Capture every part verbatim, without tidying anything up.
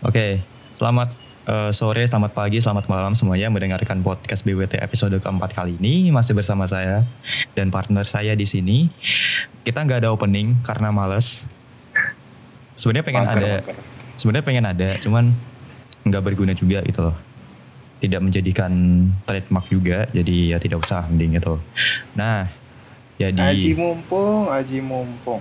Oke, selamat eh, sore, selamat pagi, selamat malam semuanya mendengarkan podcast B W T episode keempat kali ini. Masih bersama saya dan partner saya di sini. Kita nggak ada opening karena males. Sebenarnya pengen Mager, ada, mager. sebenarnya pengen ada, cuman nggak berguna juga gitu loh. Tidak menjadikan trademark juga, jadi ya tidak usah mending gitu. Nah, jadi Aji mumpung, aji mumpung.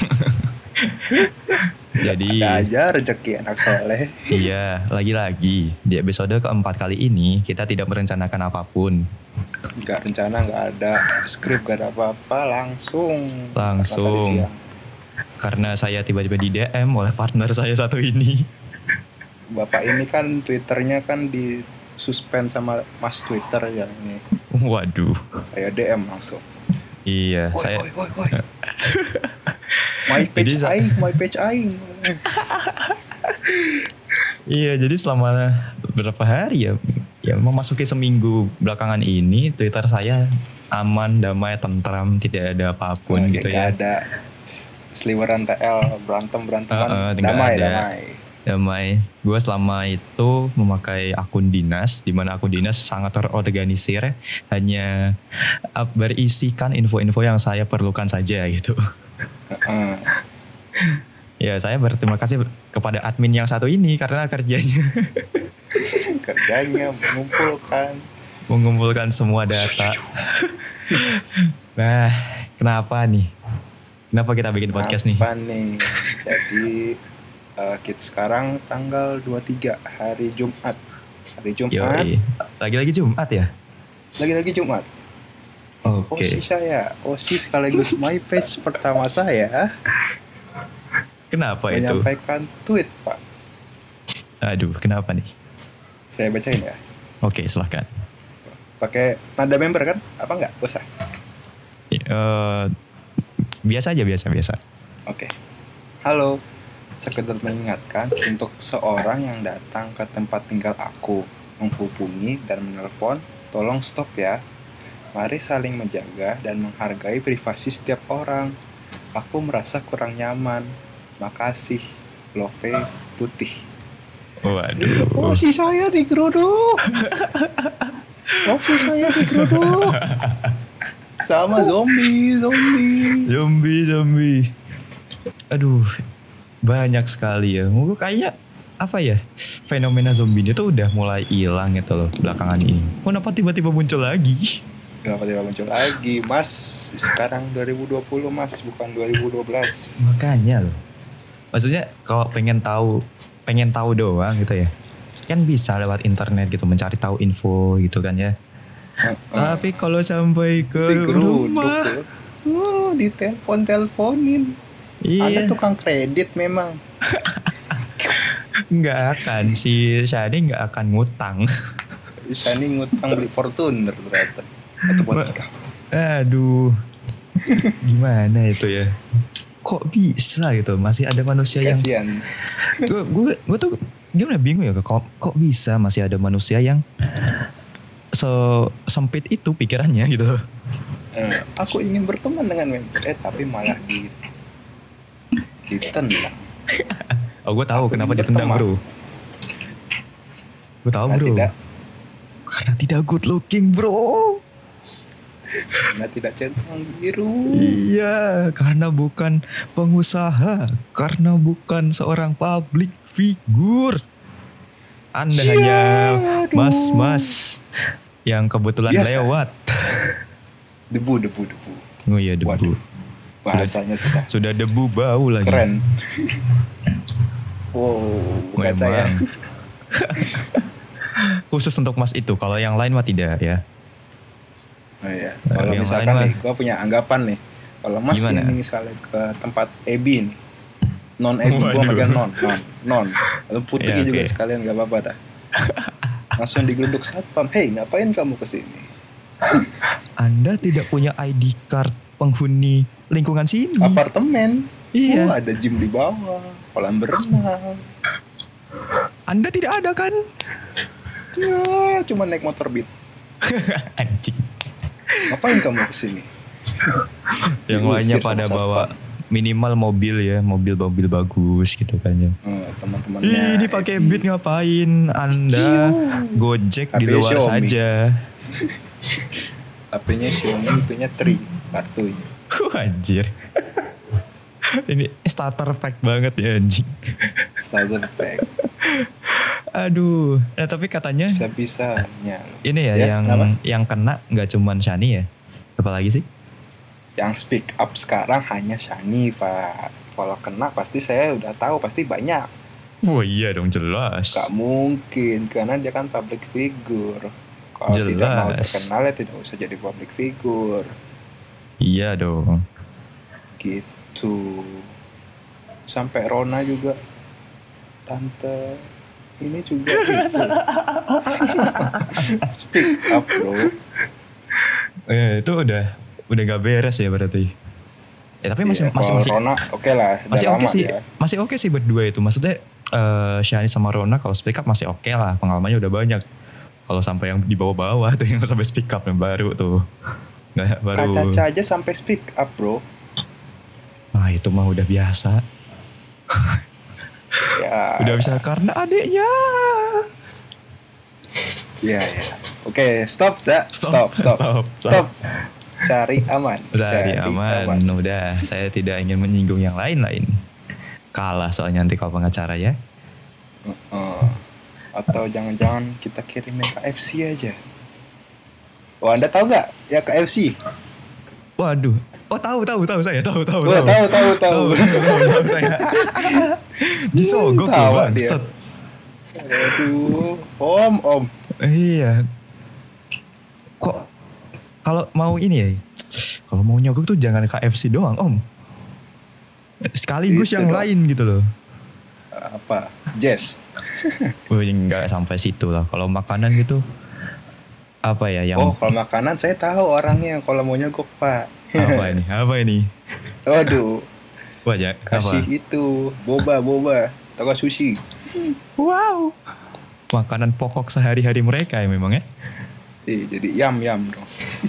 jadi Ada aja rezeki anak soleh. iya, lagi-lagi di episode keempat kali ini kita tidak merencanakan apapun. Gak rencana, gak ada skrip, gak ada apa-apa, langsung. Langsung. Karena tadi siang. Karena saya tiba-tiba di D M oleh partner saya satu ini. Bapak ini kan Twitternya kan di suspend sama Mas Twitter ya ini. Waduh. Saya D M langsung. Iya, Woi, saya woi, woi, woi. My page Jadi, aing, my page aing. Iya, jadi selama beberapa hari ya ya memasuki seminggu belakangan ini Twitter saya aman, damai, tentram, tidak ada apapun Oh, gitu gak ya. ada sliweran T L, berantem-beranteman, Uh, uh, nggak damai, ada. damai. Damai. Gue selama itu memakai akun dinas, di mana akun dinas sangat terorganisir, hanya uh, berisikan info-info yang saya perlukan saja gitu. Uh, Ya, saya berterima kasih kepada admin yang satu ini karena kerjanya kerjanya mengumpulkan. mengumpulkan semua data. Nah, kenapa nih? Kenapa kita bikin podcast nih? Apa nih? Jadi uh, kita sekarang tanggal dua puluh tiga hari Jumat. Hari Jumat. Yoi. Lagi-lagi Jumat ya? Lagi-lagi Jumat. Oke. Osi saya, Osi sekaligus my page pertama saya Kenapa itu? menyampaikan tweet, Pak. Aduh, kenapa nih? Saya bacain ya. Oke, silahkan. Pakai nada member kan? Apa enggak? Usah. Eh, biasa aja, biasa-biasa. Oke. Halo. Sekedar mengingatkan untuk seorang yang datang ke tempat tinggal aku, menghubungi dan menelpon, tolong stop ya. Mari saling menjaga dan menghargai privasi setiap orang. Aku merasa kurang nyaman. Makasih. Love putih. Waduh. Oh, si saya digeruduk. Oke, saya digeruduk. Sama zombie, zombie. Zombie, zombie. Aduh, banyak sekali ya. Mungkin kayak apa ya? Fenomena zombie ini tuh udah mulai hilang gitu loh belakangan ini. Kenapa tiba-tiba muncul lagi? Kenapa tidak muncul lagi, Mas? Sekarang dua ribu dua puluh, Mas, bukan dua ribu dua belas. Makanya loh. Maksudnya kalau pengen tahu, pengen tahu doang gitu ya. Kan bisa lewat internet gitu mencari tahu info gitu kan ya. Tapi kalau sampai ke Digeruduk, rumah, oh, ditelepon-teleponin. iya, Anda tukang kredit memang. nggak akan si Shani nggak akan ngutang. Bisa nih ngutang beli Fortuner ternyata. Atau buat nikah. Aduh, gimana itu ya? Kok bisa gitu? Masih ada manusia yang Kasian. gue gue gue tuh gimana bingung ya kok kok bisa masih ada manusia yang se sempit itu pikirannya gitu. Eh, aku ingin berteman dengan member, eh tapi malah di ditendang. Oh, gue tahu Aku kenapa ingin ditendang, berteman. bro. Gue tahu, Karena bro. tidak, Karena tidak good looking, bro. karena tidak centang biru. Iya, karena bukan pengusaha, karena bukan seorang public figure. Anda Cia, hanya aduh. mas-mas yang kebetulan Biasa. lewat. Debu, debu, debu. Oh iya, debu. Waduh. Bahasanya sudah Sudah debu bau lagi. keren. Wow, kata ya. Memang. Khusus untuk mas itu, kalau yang lain mah tidak ya. Oh iya. Nah, Kalau yang misalkan lain nih, gue punya anggapan nih. Kalau Mas Gimana? ini misalnya ke tempat Ebi nih, non Ebi, gue Waduh. makan non, non, non. Atau putih Ya, juga oke. sekalian, gak apa-apa dah. Langsung digeruduk satpam. Hei, ngapain kamu kesini? Anda tidak punya I D card penghuni lingkungan sini. Apartemen. Iya. Oh, ada gym di bawah, kolam berenang. Anda tidak ada kan? Ya, cuma naik motor beat. Anjing. Ngapain kamu kesini? Yang Diusir lainnya sama pada satpam. bawa minimal mobil ya, mobil-mobil bagus gitu kan ya. Oh, teman-temannya. Ih, ini pakai Beat ngapain? Anda Gojek di H P luar Xiaomi. saja. H P-nya Xiaomi, itunya tri kartunya. Wah, anjir. Ini starter pack banget ya anjing. Starter pack. Aduh. Nah tapi katanya Bisa-bisanya. ini ya, Ya, yang kenapa? yang kena nggak cuman Shani ya. Apalagi sih? Yang speak up sekarang hanya Shani, Pak. Kalau kena pasti saya udah tahu, pasti banyak. Oh iya dong, jelas. Gak mungkin, karena dia kan public figure. Kalau Jelas. tidak mau terkenal ya tidak usah jadi public figure. Iya dong. Gitu. Sampai Rona juga. Tante ini juga gitu. Speak up, bro. Eh, itu udah udah gak beres ya berarti. Ya tapi masih Iya, masih kalau masih Rona oke lah, udah masih oke lama sih. dia. Masih oke sih berdua itu. Maksudnya eh Shani sama Rona kalau speak up masih oke lah, pengalamannya udah banyak. Kalau sampai yang di bawah-bawah tuh yang sampai speak up yang baru tuh. Nggak baru. Kak Caca aja sampai speak up, bro. Nah, itu mah udah biasa. Ya. Udah bisa karena adiknya. Ya, ya. Oke, stop, Za. Stop, Stop, stop, stop, stop. stop. Cari aman. Dari aman. Udah, saya tidak ingin menyinggung yang lain-lain. Kalah soalnya nanti kalau pengacara ya. Uh, atau jangan-jangan kita kirimin K F C aja. Oh, Anda tahu nggak ya K F C? Waduh. Oh, tahu tahu tahu saya tahu tahu Oh, tahu tahu tahu. tahu, tahu saya. Disogok tuh, Tawa Bang. dia. Set. Aduh, om, om. Iya. Kok kalau mau ini ya, kalau mau nyogok tuh jangan K F C doang, Om. Sekaligus Itu yang dong. lain gitu loh. Apa? Jazz. Wih, nggak sampai situ lah. Kalau makanan gitu apa ya yang Oh, kalau makanan saya tahu orangnya kalau mau nyogok, Pak. apa ini? Apa ini? Waduh, Wah, ya, kasih apa? itu boba boba, atau sushi. Wow. Makanan pokok sehari-hari mereka ya memang ya. Ih, jadi yam yam dong.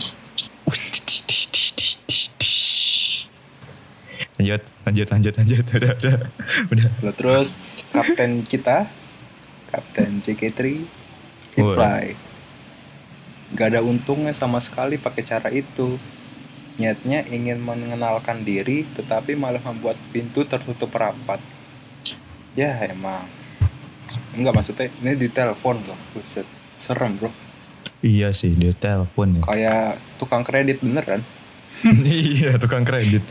Lanjut, lanjut, lanjut, lanjut. Udah, udah, udah. Lalu terus kapten kita, kapten J K tiga, reply. Gak ada untungnya sama sekali pakai cara itu. Niatnya ingin mengenalkan diri, tetapi malah membuat pintu tertutup rapat. Ya emang. Enggak, maksudnya ini di telepon loh. Buset, serem bro. Iya sih, dia telepon ya. Kayak tukang kredit beneran. Iya, tukang kredit.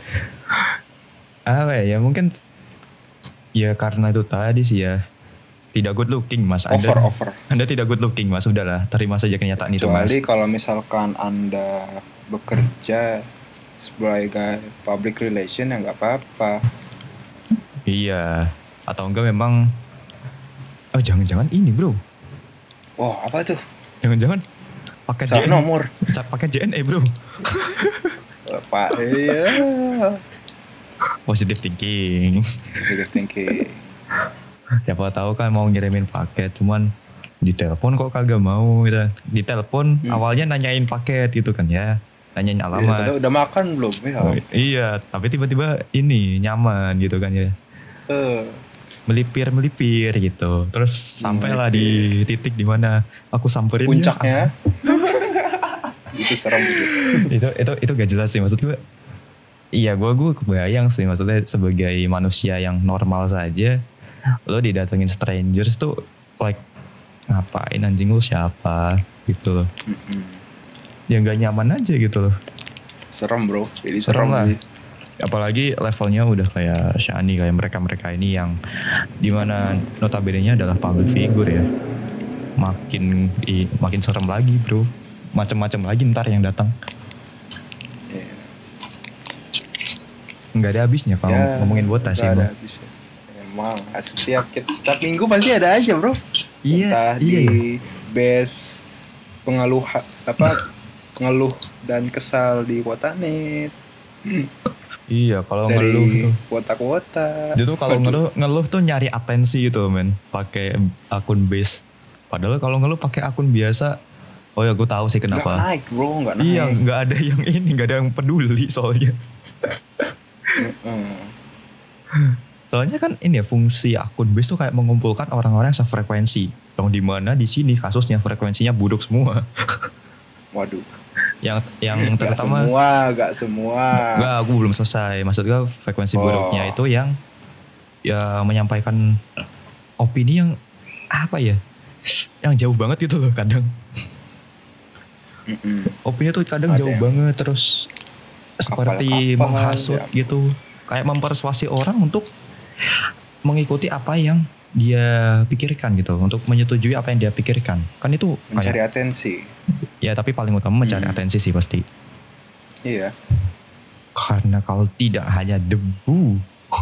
Apa ya, ya mungkin ya karena itu tadi sih ya. Tidak good looking mas. Anda, Over over. Anda tidak good looking mas. Udahlah, terima saja kenyataan itu mas. Kecuali kalau misalkan Anda bekerja sebagai public relation ya nggak apa-apa. Iya. Atau enggak memang. Oh jangan-jangan ini bro. Wah, apa tuh? Jangan-jangan pakai Salah J N, nomor. pakai J N E bro. Pak, iya. Positive thinking. Negative thinking. Siapa tahu kan mau ngirimin paket, cuman di telepon kok kagak mau gitu. Di telepon Hmm. awalnya nanyain paket gitu kan ya, nanyain Iya, alamat. udah makan belum? Ya. Oh, iya, tapi tiba-tiba ini nyaman gitu kan ya. Eh, Melipir melipir gitu. Terus sampailah di titik di mana aku samperin dia. puncaknya. Itu serem sih. itu itu itu gak jelas sih maksud gue. Iya, gue gue kebayang sih maksudnya sebagai manusia yang normal saja, lo didatengin strangers tuh like ngapain anjing, lu siapa gitu loh. Mm-mm. Ya nggak nyaman aja gitu loh. Serem bro. Jadi Serem serem, lah. sih. Apalagi levelnya udah kayak Shani, kayak mereka-mereka ini yang dimana notabene-nya adalah public figure ya. Makin i, makin serem lagi bro. Macem-macem lagi ntar yang datang. Iya. Nggak ada habisnya kalau Ya, ngomongin botas sih nggak bro. ada habisnya. Emang setiap setiap minggu pasti ada aja bro. Iya, Entah iya. di base pengeluh apa ngeluh dan kesal di Wotanet. Iya, kalau Dari ngeluh tuh. kuota-kuota. Dia tuh kalau Waduh. ngeluh, ngeluh tuh nyari atensi gitu men. Pakai akun base. Padahal kalau ngeluh pakai akun biasa, oh ya gue tahu sih Nggak kenapa. naik bro, nggak naik. Iya, nggak ada yang ini, nggak ada yang peduli soalnya. Mm-mm. Soalnya kan ini ya fungsi akun base tuh kayak mengumpulkan orang-orang yang sefrekuensi. Yang dimana di sini kasusnya frekuensinya buruk semua. Waduh. yang yang Gak terutama semua, gak semua. enggak, aku belum selesai. Maksud gue frekuensi Oh. buruknya itu yang ya menyampaikan opini yang apa ya? Yang jauh banget gitu loh kadang. Mm-mm. Opini tuh kadang Ada jauh yang banget terus seperti kapal-kapal, menghasut ya. gitu. Kayak mempersuasi orang untuk mengikuti apa yang dia pikirkan gitu, untuk menyetujui apa yang dia pikirkan. Kan itu Mencari kayak atensi. ya, tapi paling utama mencari Hmm. atensi sih pasti. Iya. Karena kalau tidak hanya debu.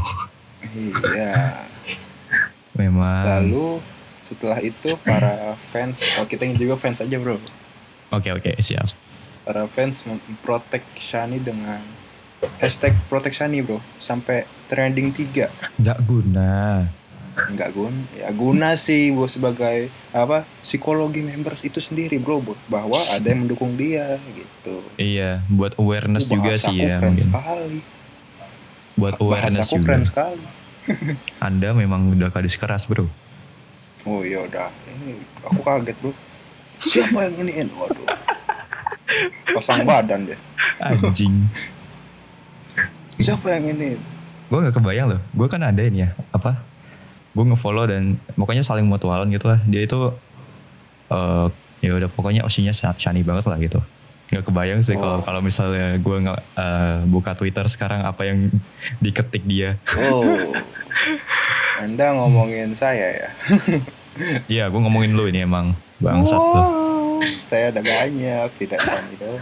Iya. Memang. Lalu setelah itu para fans, oh kita juga fans aja bro. Oke oke siap. Para fans memprotek Shani dengan hashtag Protect Shani bro, sampai trending tiga. Nggak guna. Enggak gun, ya guna sih bro, sebagai apa psikologi members itu sendiri bro, bahwa ada yang mendukung dia gitu. Iya, buat awareness Itu juga bahasaku sih ya keren mungkin. sekali. Buat awareness Bahasaku juga. keren sekali. Anda memang udah gadis keras bro. Oh iya udah, ini aku kaget bro. Siapa yang iniin? Waduh. Pasang badan deh. Anjing. Siapa yang ini? Gue nggak kebayang loh. Gue kan ada ini ya apa? Gue ngefollow dan pokoknya saling mutualan gitu lah. Dia itu uh, ya udah pokoknya osinya Shani banget lah gitu. Nggak kebayang sih kalau Oh. kalau misalnya gue nggak uh, buka Twitter sekarang apa yang diketik dia. Oh, Anda ngomongin saya ya? Iya, gue ngomongin lu ini emang bangsat tuh. Wow, saya ada banyak, tidak Shani doang.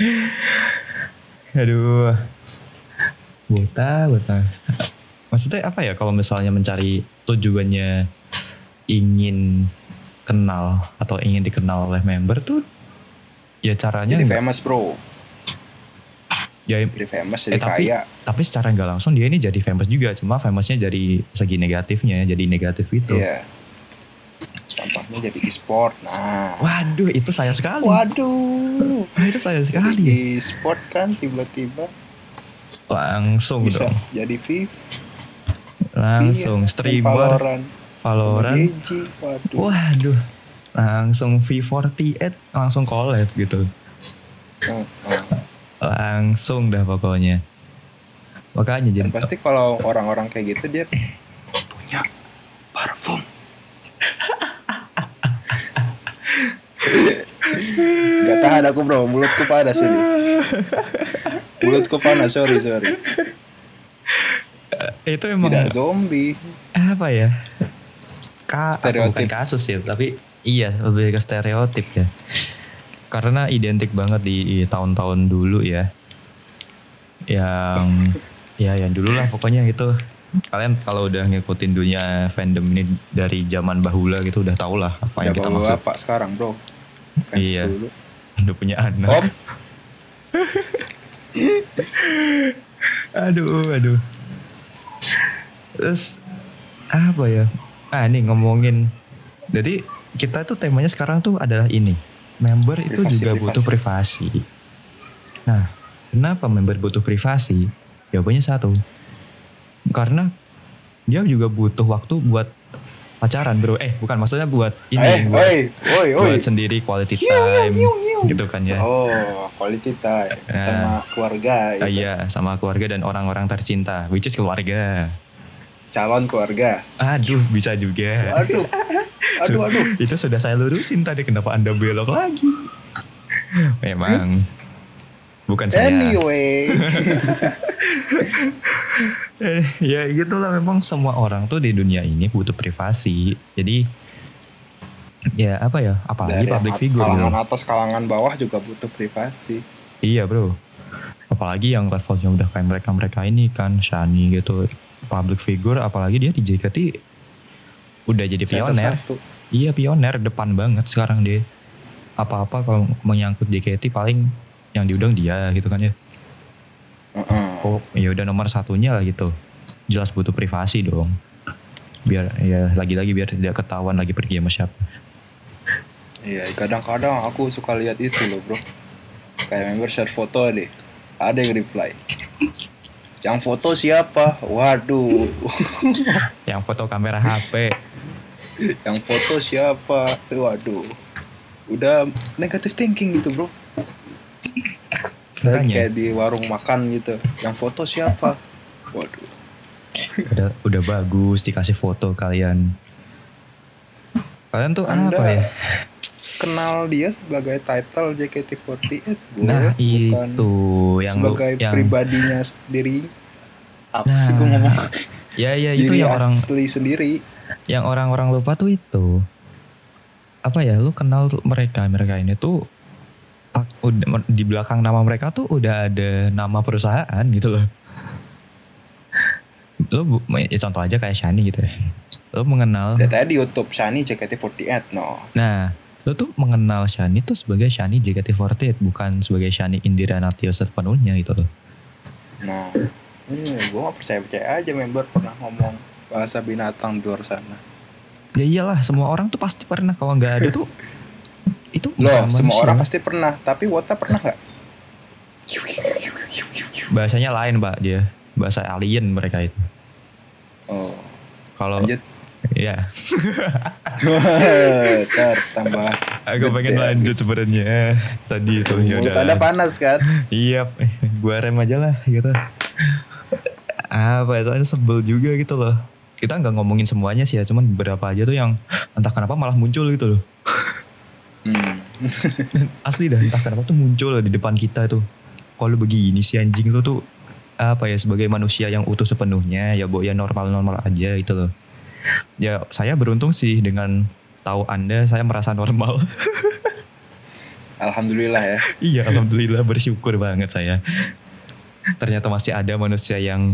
Aduh, buta, buta. Maksudnya apa ya kalau misalnya mencari tujuannya ingin kenal atau ingin dikenal oleh member tuh ya caranya Jadi nggak- famous bro, ya jadi famous, eh, jadi tapi kaya. tapi secara nggak langsung dia ini jadi famous juga, cuma famousnya dari segi negatifnya, jadi negatif itu. Iya. Contohnya jadi e-sport. Nah, Waduh, itu saya sekali. waduh, Itu saya sekali. di e-sport kan tiba-tiba Langsung bisa dong. jadi Viv, Langsung Iya, streamer Valorant, Valorant. G G, waduh. Waduh. Langsung V empat delapan langsung collab gitu. Hmm, hmm. Langsung dah pokoknya. Makanya jadi Dan pasti kalau orang-orang kayak gitu dia punya parfum. Gak tahan aku bro, mulutku panas ini. Mulutku panas, sorry sorry. itu emang Tidak zombie. apa ya? Ka Stereotip. bukan kasus ya, tapi iya lebih ke stereotip ya. Karena identik banget di tahun-tahun dulu ya. Yang ya yang dulu lah pokoknya gitu. Kalian kalau udah ngikutin dunia fandom ini dari zaman bahula gitu udah tau lah apa yang Udah kita bawa maksud. bapak sekarang bro. Fans Iya. dulu. Udah punya anak. Om. Aduh, aduh. Terus apa ya? Ah nih ngomongin. Jadi kita tuh temanya sekarang tuh adalah ini. Member itu Privasi, juga privasi. butuh privasi. Nah, kenapa member butuh privasi? Jawabannya satu. Karena dia juga butuh waktu buat pacaran, bro. Eh, bukan maksudnya buat ini, Eh, buat, oi, oi, oi. buat sendiri quality Hiu, time, hiu, hiu. gitu kan ya. Oh, quality time Nah. sama keluarga. Ah, gitu. iya, sama keluarga dan orang-orang tercinta, which is keluarga. Calon keluarga. Aduh, bisa juga. Aduh. Aduh, aduh. Itu sudah saya lurusin tadi, kenapa Anda belok lagi? Memang bukan saya. Anyway. Eh, ya gitulah, memang semua orang tuh di dunia ini butuh privasi. Jadi ya apa ya, apalagi Dari public at- figure gitu. kalangan atas, kalangan bawah juga butuh privasi. Iya bro, apalagi yang levelnya udah kayak mereka-mereka ini kan, Shani gitu, public figure, apalagi dia di J K T udah jadi pioner. Satu-satu. Iya, pioner depan banget sekarang dia. Apa-apa kalau menyangkut J K T paling yang diundang dia gitu kan ya. Heeh. Oh ya udah nomor satunya lah gitu. Jelas butuh privasi dong. Biar ya lagi-lagi biar tidak ketahuan lagi pergi sama siapa. Iya, kadang-kadang aku suka lihat itu loh bro. Kayak member share foto deh, ada yang reply. Yang foto siapa? Waduh. Yang foto kamera H P. Yang foto siapa? Waduh. Udah negative thinking gitu, bro. Lagi kayak di warung makan gitu. Yang foto siapa? Waduh. Udah udah bagus dikasih foto kalian. Kalian tuh Anda apa ya? Kenal dia sebagai title J K T empat delapan, bro. Nah bukan itu yang sebagai lu, yang... pribadinya sendiri. Apa nah, sih gue ngomong? Ya ya itu yang orang asli sendiri. Yang orang-orang lupa tuh itu apa ya? Lu kenal mereka mereka ini tuh udah di belakang nama mereka tuh udah ada nama perusahaan gitu loh. Lu ya contoh aja kayak Shani gitu ya. Lu mengenal. Ya tadi di YouTube Shani J K T empat delapan, no. Nah. Lo tuh mengenal Shani tuh sebagai Shani J K T empat delapan, bukan sebagai Shani Indira Natio sepenuhnya gitu loh. Nah, hmm, gue gak percaya-percaya aja member pernah ngomong bahasa binatang di luar sana. Ya iyalah, semua orang tuh pasti pernah. Kalau gak ada tuh, itu loh, semua orang pasti pernah. Tapi Wota pernah gak? Bahasanya lain pak dia. Bahasa alien mereka itu. Oh, kalau lanjut. Iya. Ntar tambah. Aku pengen ya. Lanjut sebenarnya tadi itu ya udah. Tanda panas kan? Iya, gua rem aja lah gitu. Apa itu aja sebel juga gitu loh. Kita nggak ngomongin semuanya sih ya, cuman beberapa aja tuh yang entah kenapa malah muncul gitu loh. Hmm. Asli dah entah kenapa tuh muncul di depan kita tuh. Kalau begini si anjing lu tuh apa ya sebagai manusia yang utuh sepenuhnya ya bo ya normal-normal aja gitu loh. Ya saya beruntung sih dengan tahu Anda, saya merasa normal. Alhamdulillah ya. Iya alhamdulillah, bersyukur banget saya. Ternyata masih ada manusia yang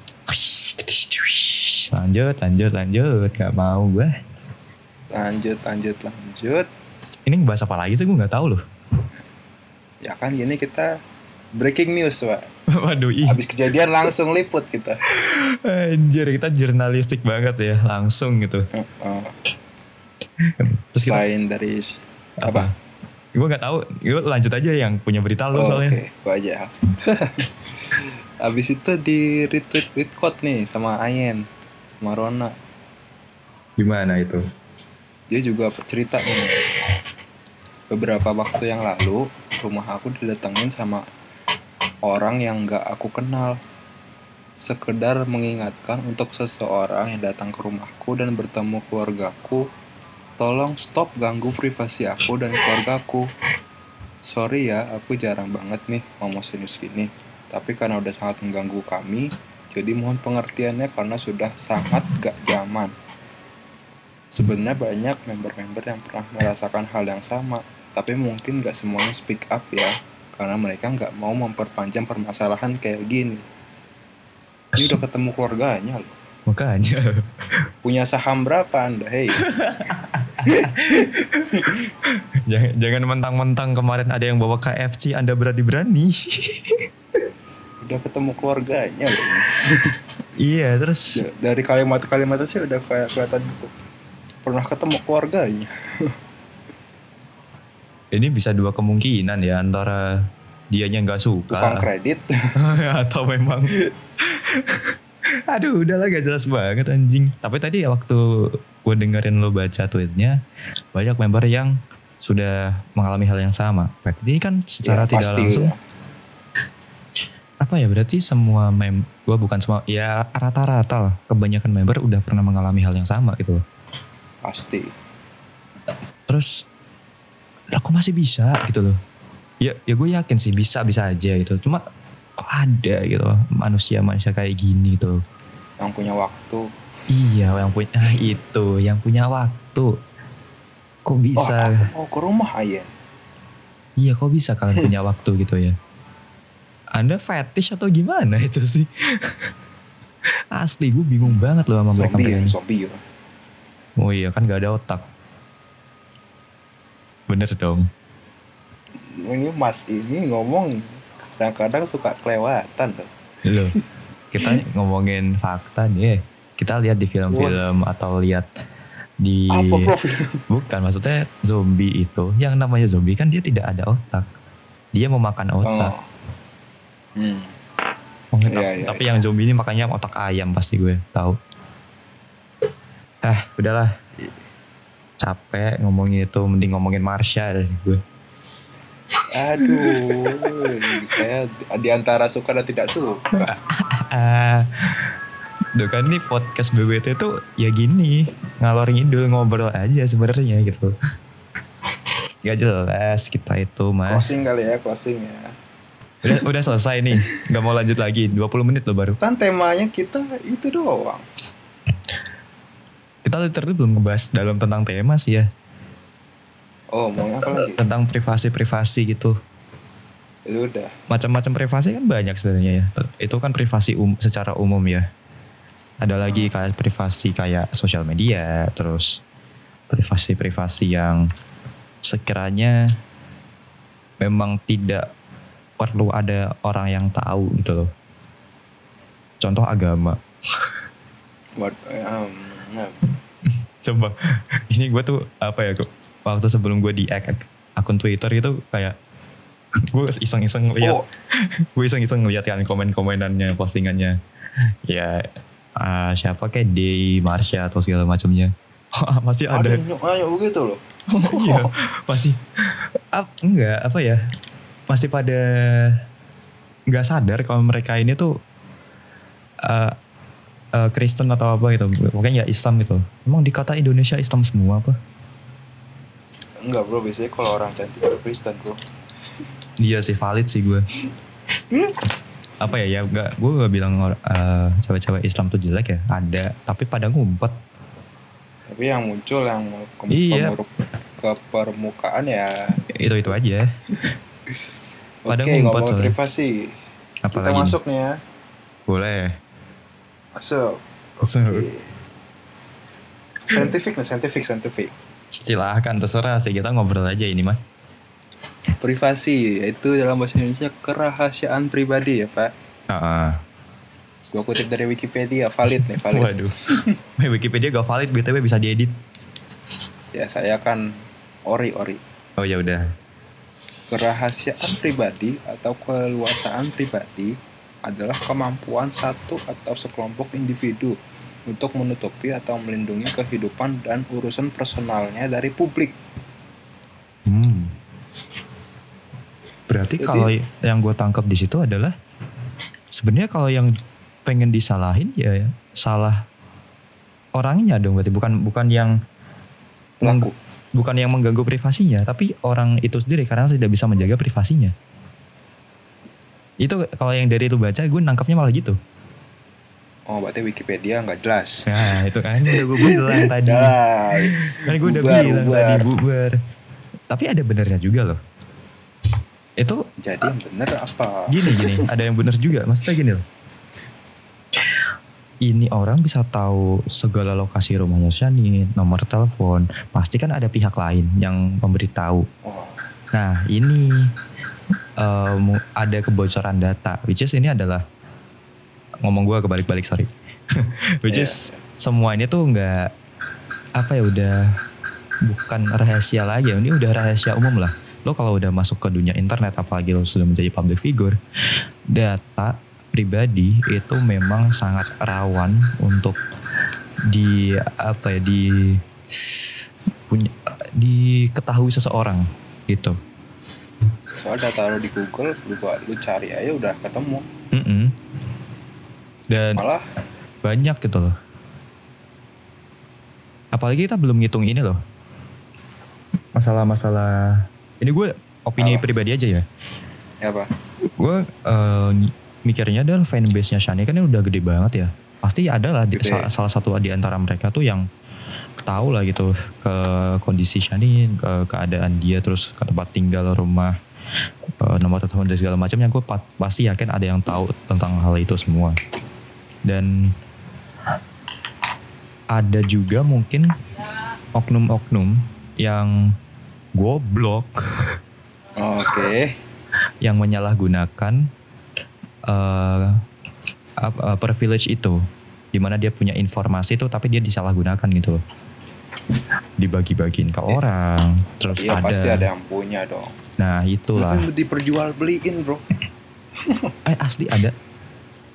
lanjut lanjut lanjut gak mau gue. Lanjut lanjut lanjut. Ini bahas apa lagi sih gue nggak tahu loh. Ya kan gini kita breaking news pak. Waduh ih. Habis kejadian langsung liput kita. Anjir kita jurnalistik banget ya langsung gitu. Uh, uh. Terus kita lain dari apa? apa? Gue nggak tahu. Gue lanjut aja yang punya berita lo oh, soalnya. Oke, okay. Gue aja. Habis itu di retweet with quote nih sama Ayen, sama Rona. Gimana itu? Dia juga cerita nih. Beberapa waktu yang lalu rumah aku didatengin sama orang yang gak aku kenal. Sekedar mengingatkan untuk seseorang yang datang ke rumahku dan bertemu keluargaku, tolong stop ganggu privasi aku dan keluargaku. Sorry ya, aku jarang banget nih ngomong serius gini. Tapi karena udah sangat mengganggu kami, jadi mohon pengertiannya karena sudah sangat gak zaman. Sebenarnya banyak member-member yang pernah merasakan hal yang sama, tapi mungkin gak semuanya speak up ya, karena mereka gak mau memperpanjang permasalahan kayak gini. Ini udah ketemu keluarganya loh. Makanya. Punya saham berapa Anda? Hei. jangan, jangan mentang-mentang kemarin ada yang bawa K F C Anda berani-berani. Udah ketemu keluarganya loh. Iya terus. Dari kalimat-kalimatnya sih udah kayak kelihatan pernah ketemu keluarganya. Ini bisa dua kemungkinan ya, antara dianya nggak suka tukang kredit atau memang aduh udahlah gak jelas banget anjing. Tapi tadi waktu gue dengerin lo baca tweetnya, banyak member yang sudah mengalami hal yang sama. Berarti kan secara ya, tidak langsung ya. Apa ya berarti semua mem gue bukan semua ya rata-rata lah, kebanyakan member udah pernah mengalami hal yang sama gitu. Pasti. Terus lah kok masih bisa gitu loh. Ya ya gue yakin sih bisa bisa aja gitu. Cuma kok ada gitu loh manusia-manusia kayak gini tuh. Yang punya waktu. Iya yang punya ah, itu yang punya waktu. Kok bisa? Oh, oh ke rumah aja. Iya kok bisa kalian punya waktu gitu ya. Anda fetish atau gimana itu sih? Asli gue bingung banget loh sama mereka zombie, ini. Zombie ya. Oh iya kan gak ada otak. Bener dong. Ini mas ini ngomong kadang-kadang suka kelewatan loh. Loh, kita ngomongin fakta nih. Kita lihat di film-film oh. atau lihat di apa profil? Bukan maksudnya zombie itu. Yang namanya zombie kan dia tidak ada otak. Dia memakan otak. Oh. Hmm. Oh, Iya, tapi, iya, tapi iya. yang zombie ini makanya otak ayam pasti gue tahu. Eh, udahlah. Capek ngomongin itu, mending ngomongin Marsha deh gue. Aduh, saya di antara suka dan tidak suka. Ah, Duh kan nih podcast B W T tuh ya gini, ngalor ngidul ngobrol aja sebenarnya gitu. Gak jelas kita itu mah. Closing kali ya, closing ya. Udah, udah selesai nih, gak mau lanjut lagi, dua puluh menit loh baru. Kan temanya kita itu doang. Kita literally belum ngebahas dalam tentang tema sih ya. Oh, mau apa lagi? Tentang privasi-privasi gitu. Itu udah. Macam-macam privasi kan banyak sebenarnya ya. Itu kan privasi um, secara umum ya. Ada lagi kayak privasi kayak sosial media, terus privasi-privasi yang sekiranya memang tidak perlu ada orang yang tahu gitu loh. Contoh agama. Buat um, nah. Coba, ini gue tuh apa ya, waktu sebelum gue di ak- akun Twitter itu kayak gue iseng-iseng ngeliat, Oh. gue iseng-iseng ngeliat kan komen-komenannya, postingannya. Ya uh, siapa kayak Day, Marsha atau segala macamnya. Masih ada. Ada yang nanya begitu loh. Iya, masih. Ap, enggak, apa ya? Masih pada nggak sadar kalau mereka ini tuh uh, uh, Kristen atau apa gitu. Pokoknya ya Islam gitu. Emang dikata Indonesia Islam semua apa? Enggak bro, biasanya kalau orang cantik itu Kristen bro. Iya sih, valid sih gue. Apa ya, ya enggak, gue gak bilang uh, cewek-cewek Islam tuh jelek ya. Ada, tapi pada ngumpet. Tapi yang muncul yang ke, Iya. ke permukaan ya Itu-itu aja. Pada oke, ngumpet ngomong soalnya. privasi. Apa Kita lagi masuk nih ya. boleh. Masuk. So, Oke. Scientific nih, scientific, scientific. silahkan, terserah sih, kita ngobrol aja ini mah. Privasi yaitu dalam bahasa Indonesia kerahasiaan pribadi ya Pak. Uh-uh. Gua kutip dari Wikipedia, valid nih, valid. Waduh. Wikipedia gak valid, B T W bisa diedit. Ya saya kan ori-ori. Oh ya udah. Kerahasiaan pribadi atau keleluasaan pribadi adalah kemampuan satu atau sekelompok individu untuk menutupi atau melindungi kehidupan dan urusan personalnya dari publik. Hmm. Berarti Jadi- kalau yang gue tangkap di situ adalah sebenarnya kalau yang pengen disalahin ya salah orangnya dong, berarti bukan bukan yang Pelaku. bukan yang mengganggu privasinya, tapi orang itu sendiri karena tidak bisa menjaga privasinya. Itu kalau yang dari itu baca gue nangkapnya malah gitu. Oh, berarti Wikipedia nggak jelas. Nah itu kan udah gue bilang tadi. Dah. Kan gue udah Bubar, bilang bubar. tadi bubar. Tapi ada benernya juga loh. Itu Jadi yang bener apa? gini gini, ada yang bener juga. Maksudnya gini loh. Ini orang bisa tahu segala lokasi rumahnya Shani, nomor telepon. Pasti kan ada pihak lain yang memberitahu. Oh, Nah ini um, ada kebocoran data. Which is ini adalah ngomong gue kebalik-balik sorry. Which is semua ini tuh nggak apa ya, udah bukan rahasia lagi. Ini udah rahasia umum lah. Lo kalau udah masuk ke dunia internet, apalagi lo sudah menjadi public figure, data pribadi itu memang sangat rawan untuk di apa ya, di punya diketahui seseorang gitu. soal data lo di Google, lu, lu cari aja udah ketemu. Mm-mm. Dan Malah banyak gitu loh. Apalagi kita belum ngitung ini loh. Masalah-masalah ini gue opini Apa? pribadi aja ya. ya apa? Gue uh, mikirnya adalah fanbase-nya Shani kan udah gede banget ya. Pasti ada lah di- Gede. salah, salah satu di antara mereka tuh yang tahu lah gitu ke kondisi Shani, ke keadaan dia, terus ke tempat tinggal, rumah, uh, nomor telepon dan segala macamnya. Gue pa- pasti yakin ada yang tahu tentang hal itu semua. Dan ada juga mungkin oknum-oknum yang goblok Oke. yang menyalahgunakan uh, apa, uh, privilege itu, dimana dia punya informasi itu tapi dia disalahgunakan gitu loh, dibagi-bagiin ke orang, terus Iya ada, pasti ada yang punya dong. nah itulah, Mungkin diperjual beliin bro. eh asli ada,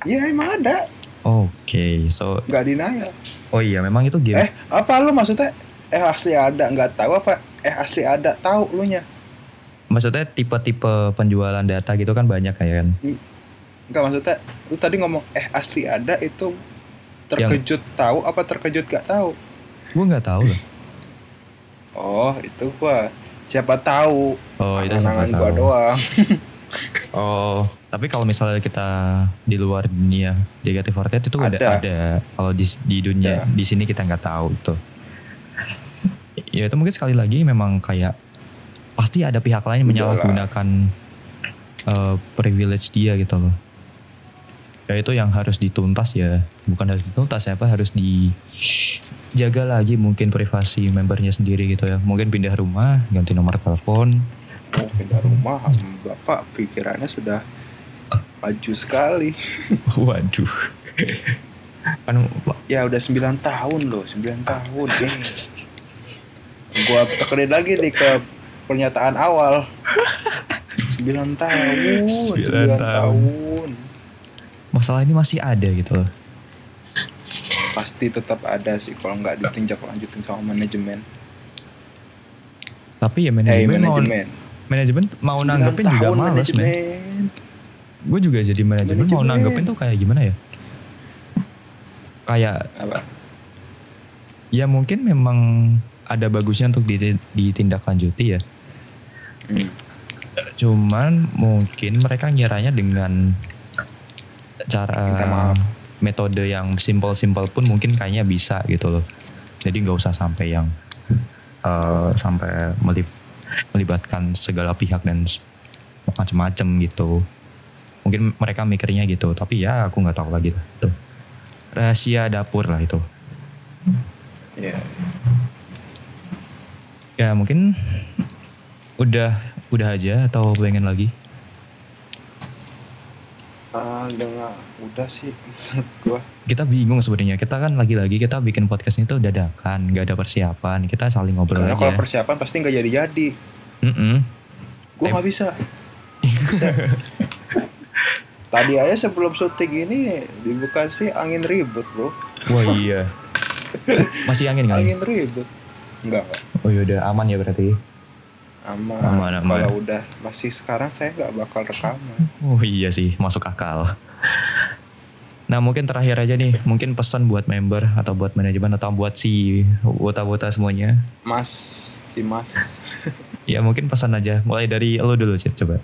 Iya emang ada. Oke, okay, so nggak denial. Oh iya, memang itu game. Eh, apa lu maksudnya? Eh asli ada nggak tahu apa? Eh asli ada tahu lu nya? Maksudnya tipe-tipe penjualan data gitu kan banyak kayak kan? Enggak, maksudnya lu tadi ngomong eh asli ada itu terkejut yang... tahu apa terkejut gak tahu? Gue nggak tahu loh. Oh itu gua siapa tahu. Oh itu angan-angan gua doang. Oh tapi kalau misalnya kita di luar dunia J K T empat delapan itu ada ada. Kalau di di dunia ada. Di sini kita nggak tahu itu. Ya itu mungkin sekali lagi memang kayak pasti ada pihak lain yang menyalahgunakan uh, privilege dia gitu loh. Ya itu yang harus dituntas ya, bukan harus dituntas ya, apa harus dijaga lagi mungkin privasi membernya sendiri gitu ya. Mungkin pindah rumah, ganti nomor telepon. Oh, pindah rumah, Bapak pikirannya sudah maju sekali. Waduh. Kan ya udah sembilan tahun loh, sembilan tahun. Eh. Gua tekenin lagi nih ke pernyataan awal. sembilan tahun, sembilan tahun. Masalah ini masih ada gitu loh. Pasti tetap ada sih kalau nggak ditinjak lanjutin sama manajemen. Tapi ya manajemen, hey, manajemen. mau manajemen mau nanggepin juga males men. Gue juga jadi manajemen, manajemen mau nanggepin tuh kayak gimana ya? Kayak apa? Ya mungkin memang ada bagusnya untuk ditindaklanjuti ya. Hmm. Cuman mungkin mereka ngiranya dengan cara metode yang simpel-simpel pun mungkin kayaknya bisa gitu loh. Jadi nggak usah sampai yang uh, sampai melip, melibatkan segala pihak dan macam-macam gitu. Mungkin mereka mikirnya gitu, tapi ya aku nggak tahu lagi lah itu. Rahasia dapur lah itu. Ya. Yeah. Ya mungkin udah udah aja atau pengen lagi? Uh, udah udah sih gua. Kita bingung sebenarnya. Kita kan lagi-lagi kita bikin podcast ini tuh dadakan, nggak ada persiapan. Kita saling ngobrol karena aja. Kalau persiapan pasti nggak jadi-jadi. Mm-mm. Gua nggak bisa. bisa. Tadi aja sebelum syuting ini di Bekasi angin ribut bro. Wah iya. Masih angin kan? Angin ribut. Enggak. Oh yaudah aman ya berarti. Aman. aman, aman. Kalau udah masih sekarang saya nggak bakal rekaman. Oh iya sih, masuk akal. Nah mungkin terakhir aja nih, mungkin pesan buat member atau buat manajemen atau buat si wota-wota semuanya. Mas, si Mas. Ya mungkin pesan aja, mulai dari lo dulu Cid, coba.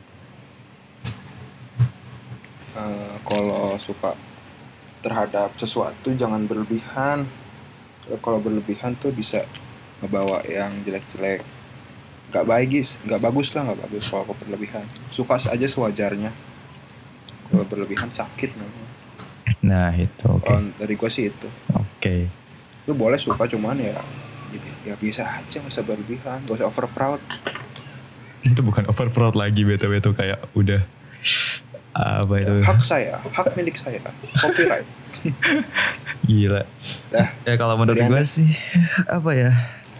Uh, kalau suka terhadap sesuatu jangan berlebihan. Kalau berlebihan tuh bisa ngebawa yang jelek-jelek. Gak baik guys, gak bagus lah, gak bagus kalau berlebihan. Suka aja sewajarnya. Kalau berlebihan sakit namanya. Nah itu oke. Okay. Oh, dari gue sih itu. Oke. Okay. Lu boleh suka cuman ya, ya biasa aja, gak usah berlebihan, gak usah over proud. Itu bukan over proud lagi, btw itu kayak udah apa itu? Hak saya, hak milik saya, copyright. Gila. Dah. Ya kalau menurut gue sih apa ya?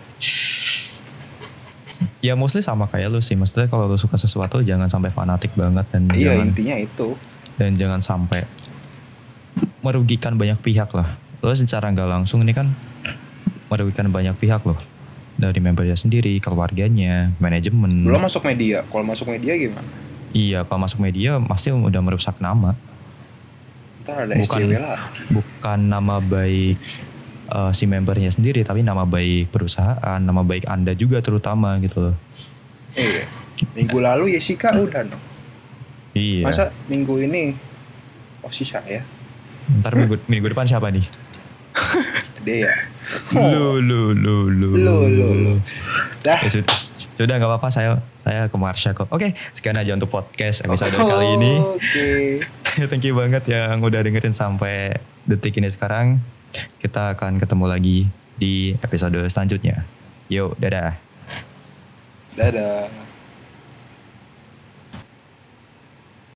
Ya mostly sama kayak lu sih. Maksudnya kalau lu suka sesuatu jangan sampai fanatik banget dan iya, jangan, intinya itu. Dan jangan sampai merugikan banyak pihak lah. Lo secara nggak langsung ini kan merugikan banyak pihak loh. Dari membernya sendiri, keluarganya, manajemen. Belum masuk media. Kalau masuk media gimana? Iya, kalau masuk media pasti udah merusak nama. Ntar ada bukan, S J W lagi. Bukan nama baik uh, si membernya sendiri, tapi nama baik perusahaan, nama baik Anda juga terutama gitu loh. Iya. Minggu lalu Jessica udah no. Iya. Masa minggu ini posisi saya? Ntar minggu, minggu depan siapa nih? Dia. Lu lu lu lu lu lu lu. Dah. Ya, sudah, sudah nggak apa-apa saya saya ke Marsha kok. Oke, sekian aja untuk podcast episode oh, kali ini. Oke. Okay. Thank you banget yang udah dengerin sampai detik ini sekarang. Kita akan ketemu lagi di episode selanjutnya. Yo, dadah. Dadah.